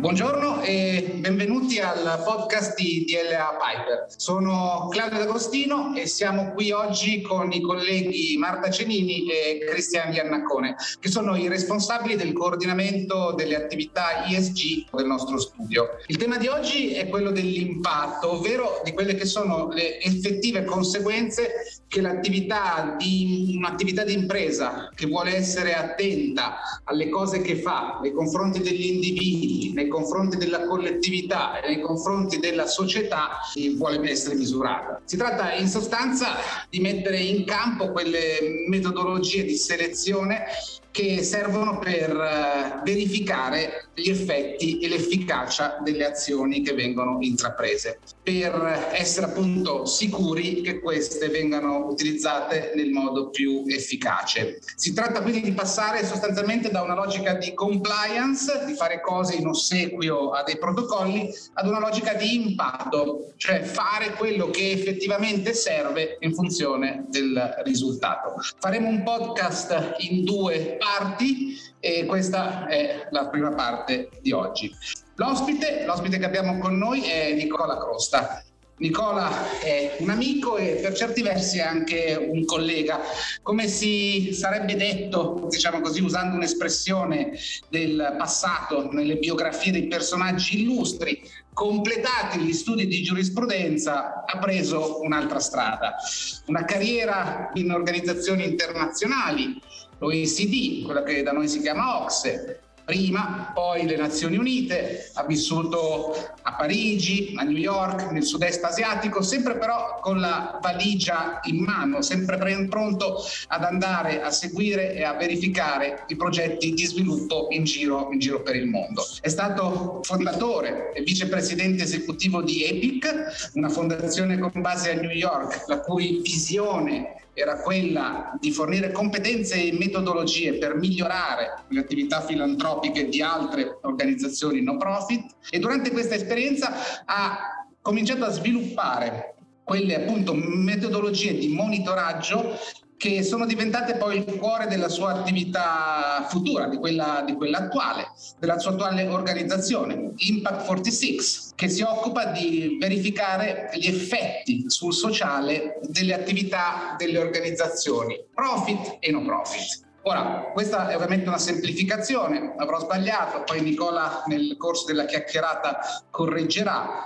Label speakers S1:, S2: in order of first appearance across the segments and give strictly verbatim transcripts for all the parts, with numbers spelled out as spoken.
S1: Buongiorno e benvenuti al podcast di D L A Piper. Sono Claudio D'Agostino e siamo qui oggi con i colleghi Marta Cenini e Cristian Iannaccone, che sono i responsabili del coordinamento delle attività E S G del nostro studio. Il tema di oggi è quello dell'impatto, ovvero di quelle che sono le effettive conseguenze che l'attività di un'attività di impresa che vuole essere attenta alle cose che fa nei confronti degli individui, nei confronti della collettività e nei confronti della società vuole essere misurata. Si tratta in sostanza di mettere in campo quelle metodologie di selezione che servono per verificare gli effetti e l'efficacia delle azioni che vengono intraprese, per essere appunto sicuri che queste vengano utilizzate nel modo più efficace. Si tratta quindi di passare sostanzialmente da una logica di compliance, di fare cose in ossequio a dei protocolli, ad una logica di impatto, cioè fare quello che effettivamente serve in funzione del risultato. Faremo un podcast in due parti e questa è la prima parte di oggi. L'ospite, l'ospite che abbiamo con noi è Nicola Crosta. Nicola è un amico e per certi versi anche un collega, come si sarebbe detto, diciamo così, usando un'espressione del passato nelle biografie dei personaggi illustri. Completati gli studi di giurisprudenza, ha preso un'altra strada, una carriera in organizzazioni internazionali, l'O E C D, quella che da noi si chiama O C S E, prima, poi le Nazioni Unite, ha vissuto a Parigi, a New York, nel sud-est asiatico, sempre però con la valigia in mano, sempre pronto ad andare a seguire e a verificare i progetti di sviluppo in giro, in giro per il mondo. È stato fondatore e vicepresidente esecutivo di EPIC, una fondazione con base a New York, la cui visione era quella di fornire competenze e metodologie per migliorare le attività filantropiche di altre organizzazioni no profit, e durante questa esperienza ha cominciato a sviluppare quelle appunto metodologie di monitoraggio che sono diventate poi il cuore della sua attività futura, di quella, di quella attuale, della sua attuale organizzazione, Impact quarantasei, che si occupa di verificare gli effetti sul sociale delle attività delle organizzazioni, profit e no profit. Ora, questa è ovviamente una semplificazione, avrò sbagliato, poi Nicola nel corso della chiacchierata correggerà.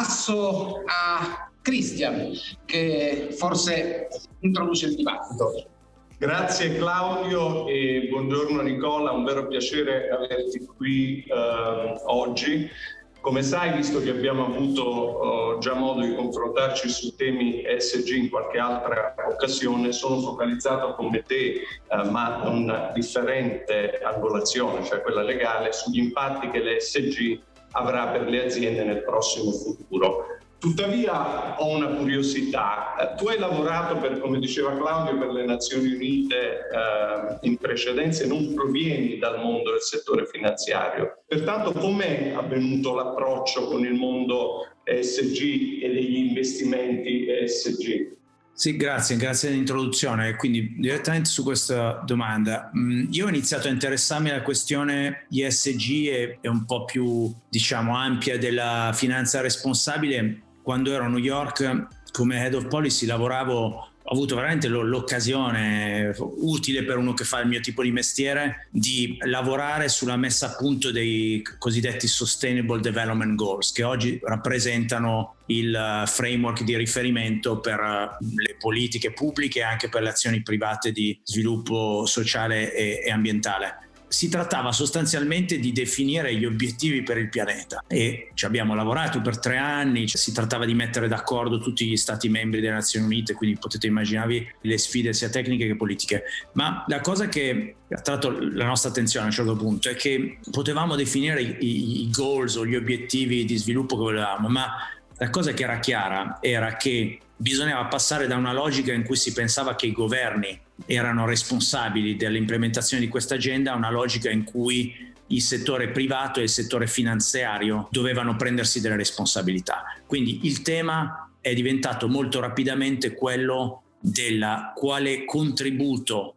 S1: Passo a Cristian, che forse introduce il dibattito.
S2: Grazie Claudio e buongiorno Nicola, un vero piacere averti qui eh, oggi. Come sai, visto che abbiamo avuto uh, già modo di confrontarci su temi E S G in qualche altra occasione, sono focalizzato come te, uh, ma con una differente angolazione, cioè quella legale, sugli impatti che l'E S G avrà per le aziende nel prossimo futuro. Tuttavia ho una curiosità. Tu hai lavorato, per, come diceva Claudio, per le Nazioni Unite eh, in precedenza e non provieni dal mondo del settore finanziario. Pertanto com'è avvenuto l'approccio con il mondo E S G e degli investimenti E S G?
S3: Sì, grazie, grazie dell'introduzione. Quindi direttamente su questa domanda, io ho iniziato a interessarmi alla questione E S G e, e un po' più, diciamo, ampia della finanza responsabile quando ero a New York come Head of Policy. Lavoravo, ho avuto veramente l'occasione utile per uno che fa il mio tipo di mestiere di lavorare sulla messa a punto dei cosiddetti Sustainable Development Goals, che oggi rappresentano il framework di riferimento per le politiche pubbliche e anche per le azioni private di sviluppo sociale e, e ambientale. Si trattava sostanzialmente di definire gli obiettivi per il pianeta e ci abbiamo lavorato per tre anni. Si trattava di mettere d'accordo tutti gli stati membri delle Nazioni Unite, quindi potete immaginarvi le sfide sia tecniche che politiche. Ma la cosa che ha attratto la nostra attenzione a un certo punto è che potevamo definire i, i goals o gli obiettivi di sviluppo che volevamo, ma la cosa che era chiara era che bisognava passare da una logica in cui si pensava che i governi erano responsabili dell'implementazione di questa agenda a una logica in cui il settore privato e il settore finanziario dovevano prendersi delle responsabilità. Quindi il tema è diventato molto rapidamente quello della quale contributo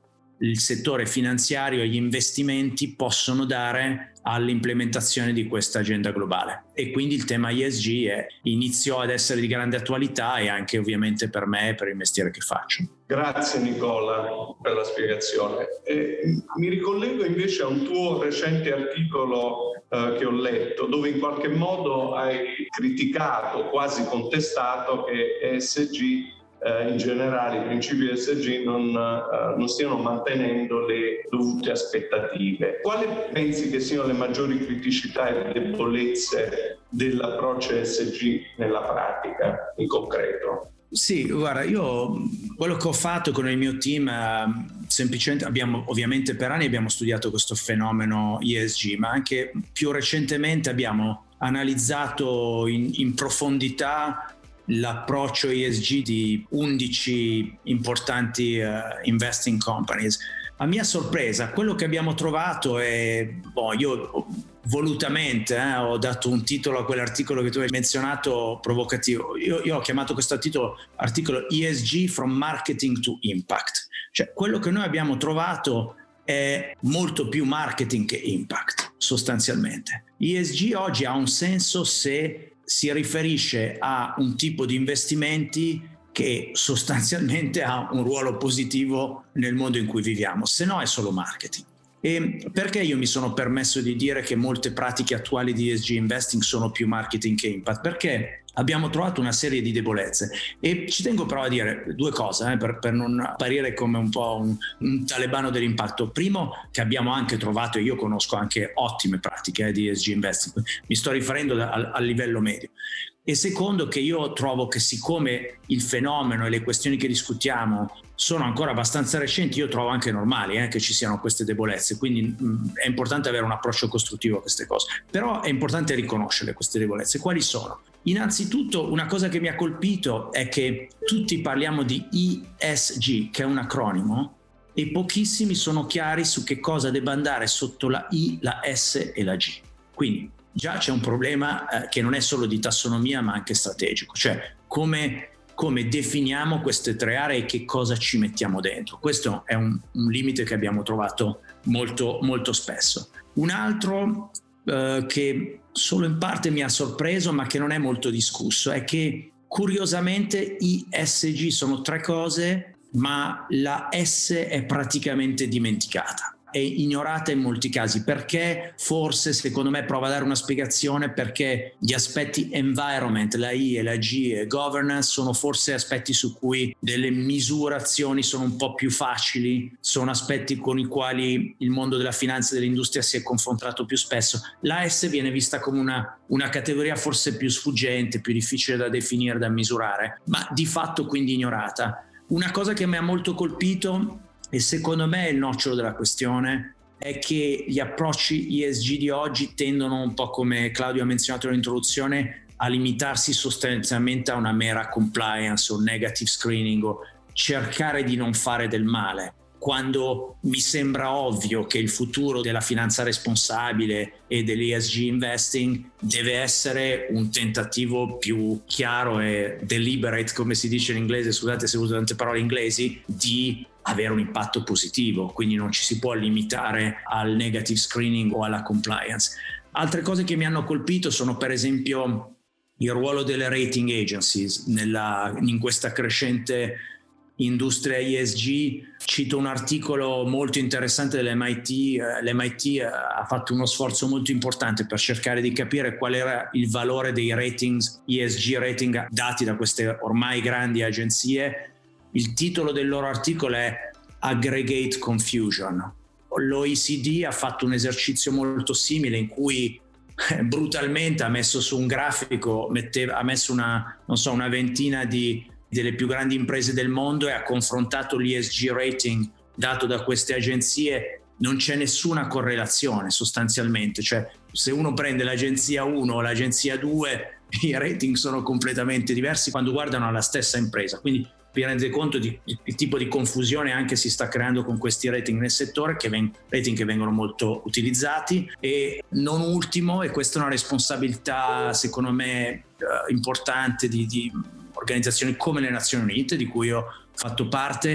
S3: il settore finanziario e gli investimenti possono dare all'implementazione di questa agenda globale. E quindi il tema E S G è, iniziò ad essere di grande attualità, e anche ovviamente per me e per il mestiere che faccio.
S2: Grazie Nicola per la spiegazione. Eh, mi ricollego invece a un tuo recente articolo eh, che ho letto, dove in qualche modo hai criticato, quasi contestato, che E S G Eh, in generale i principi E S G non, eh, non stiano mantenendo le dovute aspettative. Quali pensi che siano le maggiori criticità e debolezze dell'approccio E S G nella pratica, in concreto?
S3: Sì, guarda, io quello che ho fatto con il mio team, eh, semplicemente abbiamo, ovviamente per anni abbiamo studiato questo fenomeno E S G, ma anche più recentemente abbiamo analizzato in, in profondità l'approccio E S G di undici importanti uh, investing companies. A mia sorpresa, quello che abbiamo trovato è, boh, io volutamente eh, ho dato un titolo a quell'articolo che tu hai menzionato provocativo. Io, io ho chiamato questo titolo articolo E S G from marketing to impact. Cioè, quello che noi abbiamo trovato è molto più marketing che impact, sostanzialmente. E S G oggi ha un senso se si riferisce a un tipo di investimenti che sostanzialmente ha un ruolo positivo nel mondo in cui viviamo, se no è solo marketing. E perché io mi sono permesso di dire che molte pratiche attuali di E S G investing sono più marketing che impact? Perché abbiamo trovato una serie di debolezze, e ci tengo però a dire due cose eh, per, per non apparire come un po' un, un talebano dell'impatto. Primo, che abbiamo anche trovato, e io conosco anche ottime pratiche eh, di E S G investing, mi sto riferendo da, al, al livello medio. E secondo, che io trovo che siccome il fenomeno e le questioni che discutiamo sono ancora abbastanza recenti, io trovo anche normali eh, che ci siano queste debolezze, quindi mh, è importante avere un approccio costruttivo a queste cose, però è importante riconoscere queste debolezze. Quali sono? Innanzitutto, una cosa che mi ha colpito è che tutti parliamo di E S G, che è un acronimo, e pochissimi sono chiari su che cosa debba andare sotto la I, la S e la G. Quindi già c'è un problema eh, che non è solo di tassonomia ma anche strategico, cioè come, come definiamo queste tre aree e che cosa ci mettiamo dentro. Questo è un, un limite che abbiamo trovato molto, molto spesso. Un altro eh, che solo in parte mi ha sorpreso ma che non è molto discusso è che curiosamente I S G sono tre cose, ma la S è praticamente dimenticata, è ignorata in molti casi. Perché? Forse, secondo me, prova a dare una spiegazione, perché gli aspetti environment, la I e la G e governance, sono forse aspetti su cui delle misurazioni sono un po' più facili, sono aspetti con i quali il mondo della finanza e dell'industria si è confrontato più spesso. La S viene vista come una, una categoria forse più sfuggente, più difficile da definire, da misurare, ma di fatto quindi ignorata. Una cosa che mi ha molto colpito, e secondo me è il nocciolo della questione, è che gli approcci E S G di oggi tendono, un po' come Claudio ha menzionato nell'introduzione, a limitarsi sostanzialmente a una mera compliance o negative screening, o cercare di non fare del male, quando mi sembra ovvio che il futuro della finanza responsabile e dell'E S G investing deve essere un tentativo più chiaro e deliberate, come si dice in inglese, scusate se uso tante parole inglesi, di avere un impatto positivo, quindi non ci si può limitare al negative screening o alla compliance. Altre cose che mi hanno colpito sono per esempio il ruolo delle rating agencies nella, in questa crescente industria E S G. Cito un articolo molto interessante dell'M I T. L'M I T ha fatto uno sforzo molto importante per cercare di capire qual era il valore dei ratings, E S G rating dati da queste ormai grandi agenzie. Il titolo del loro articolo è Aggregate Confusion. L'O E C D ha fatto un esercizio molto simile in cui eh, brutalmente ha messo su un grafico, metteva, ha messo una, non so, una ventina di, delle più grandi imprese del mondo e ha confrontato l'E S G rating dato da queste agenzie. Non c'è nessuna correlazione sostanzialmente, cioè se uno prende l'agenzia uno o l'agenzia due, i rating sono completamente diversi quando guardano alla stessa impresa. Quindi vi rendete conto di il tipo di confusione anche si sta creando con questi rating nel settore, che ven- rating che vengono molto utilizzati. E non ultimo, e questa è una responsabilità secondo me uh, importante di, di organizzazioni come le Nazioni Unite, di cui ho fatto parte,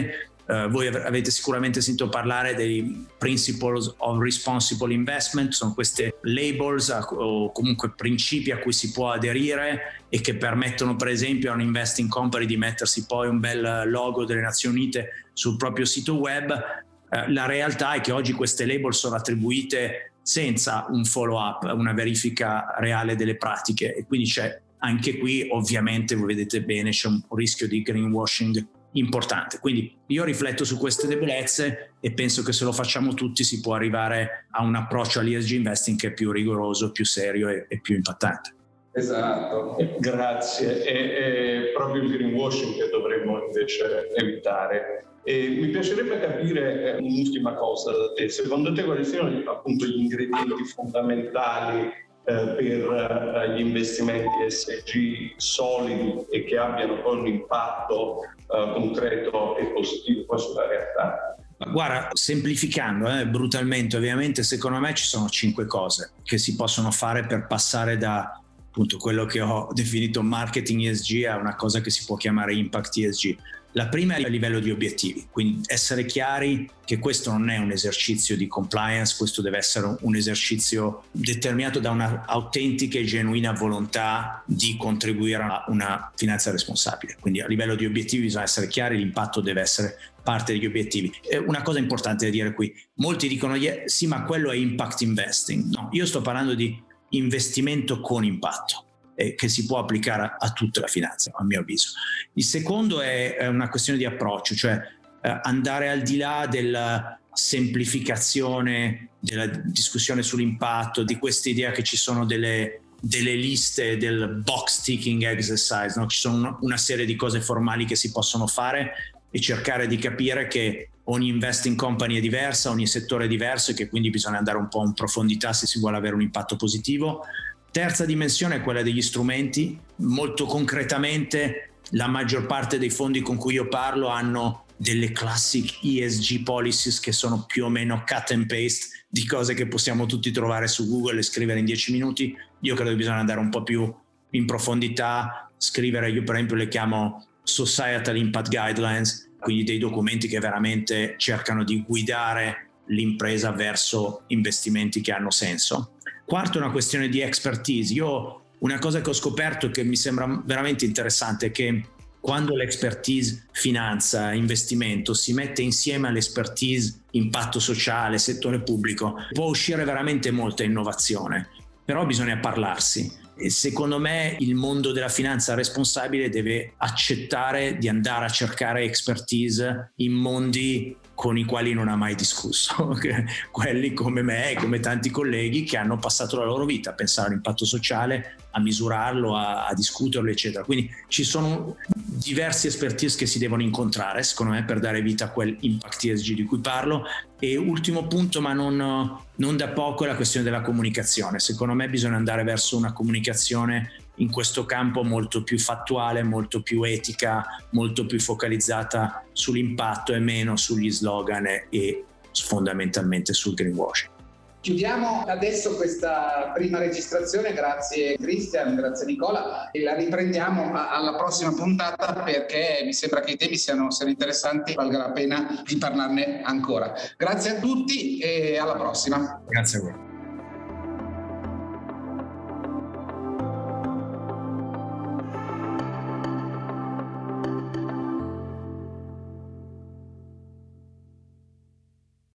S3: Uh, voi avete sicuramente sentito parlare dei Principles of Responsible Investment, sono queste labels a, o comunque principi a cui si può aderire e che permettono per esempio a un investing company di mettersi poi un bel logo delle Nazioni Unite sul proprio sito web. Uh, la realtà è che oggi queste label sono attribuite senza un follow up, una verifica reale delle pratiche, e quindi c'è anche qui ovviamente, voi vedete bene, c'è un rischio di greenwashing importante. Quindi io rifletto su queste debolezze e penso che se lo facciamo tutti si può arrivare a un approccio all'E S G investing che è più rigoroso, più serio e, e più impattante.
S2: Esatto, grazie. È, è proprio il greenwashing che dovremmo invece evitare. E mi piacerebbe capire eh, un'ultima cosa da te. Secondo te quali sono appunto gli ingredienti fondamentali per uh, gli investimenti E S G solidi e che abbiano poi un impatto uh, concreto e positivo poi sulla realtà?
S3: Guarda, semplificando eh, brutalmente, ovviamente secondo me ci sono cinque cose che si possono fare per passare da appunto quello che ho definito marketing E S G a una cosa che si può chiamare impact E S G. La prima è a livello di obiettivi, quindi essere chiari che questo non è un esercizio di compliance, questo deve essere un esercizio determinato da una autentica e genuina volontà di contribuire a una finanza responsabile. Quindi a livello di obiettivi bisogna essere chiari, l'impatto deve essere parte degli obiettivi. Una cosa importante da dire qui, molti dicono sì, ma quello è impact investing. No, io sto parlando di investimento con impatto, che si può applicare a, a tutta la finanza, a mio avviso. Il secondo è, è una questione di approccio, cioè eh, andare al di là della semplificazione, della discussione sull'impatto, di questa idea che ci sono delle, delle liste, del box ticking exercise, no? Ci sono una, una serie di cose formali che si possono fare e cercare di capire che ogni investing company è diversa, ogni settore è diverso e che quindi bisogna andare un po' in profondità se si vuole avere un impatto positivo. Terza dimensione è quella degli strumenti. Molto concretamente la maggior parte dei fondi con cui io parlo hanno delle classic E S G policies che sono più o meno cut and paste di cose che possiamo tutti trovare su Google e scrivere in dieci minuti. Io credo che bisogna andare un po' più in profondità, scrivere, io per esempio le chiamo Societal Impact Guidelines, quindi dei documenti che veramente cercano di guidare l'impresa verso investimenti che hanno senso. Quarto è una questione di expertise. Io una cosa che ho scoperto che mi sembra veramente interessante è che quando l'expertise finanza, investimento si mette insieme all'expertise impatto sociale, settore pubblico, può uscire veramente molta innovazione, però bisogna parlarsi. E secondo me il mondo della finanza responsabile deve accettare di andare a cercare expertise in mondi con i quali non ha mai discusso, quelli come me e come tanti colleghi che hanno passato la loro vita a pensare all'impatto sociale, a misurarlo, a, a discuterlo, eccetera. Quindi ci sono diversi expertise che si devono incontrare, secondo me, per dare vita a quel impact E S G di cui parlo. E ultimo punto, ma non, non da poco, è la questione della comunicazione. Secondo me bisogna andare verso una comunicazione in questo campo molto più fattuale, molto più etica, molto più focalizzata sull'impatto e meno sugli slogan e fondamentalmente sul greenwashing.
S1: Chiudiamo adesso questa prima registrazione, grazie Christian, grazie Nicola, e la riprendiamo a, alla prossima puntata perché mi sembra che i temi siano, siano interessanti, valga la pena di parlarne ancora. Grazie a tutti e alla prossima.
S3: Grazie a voi.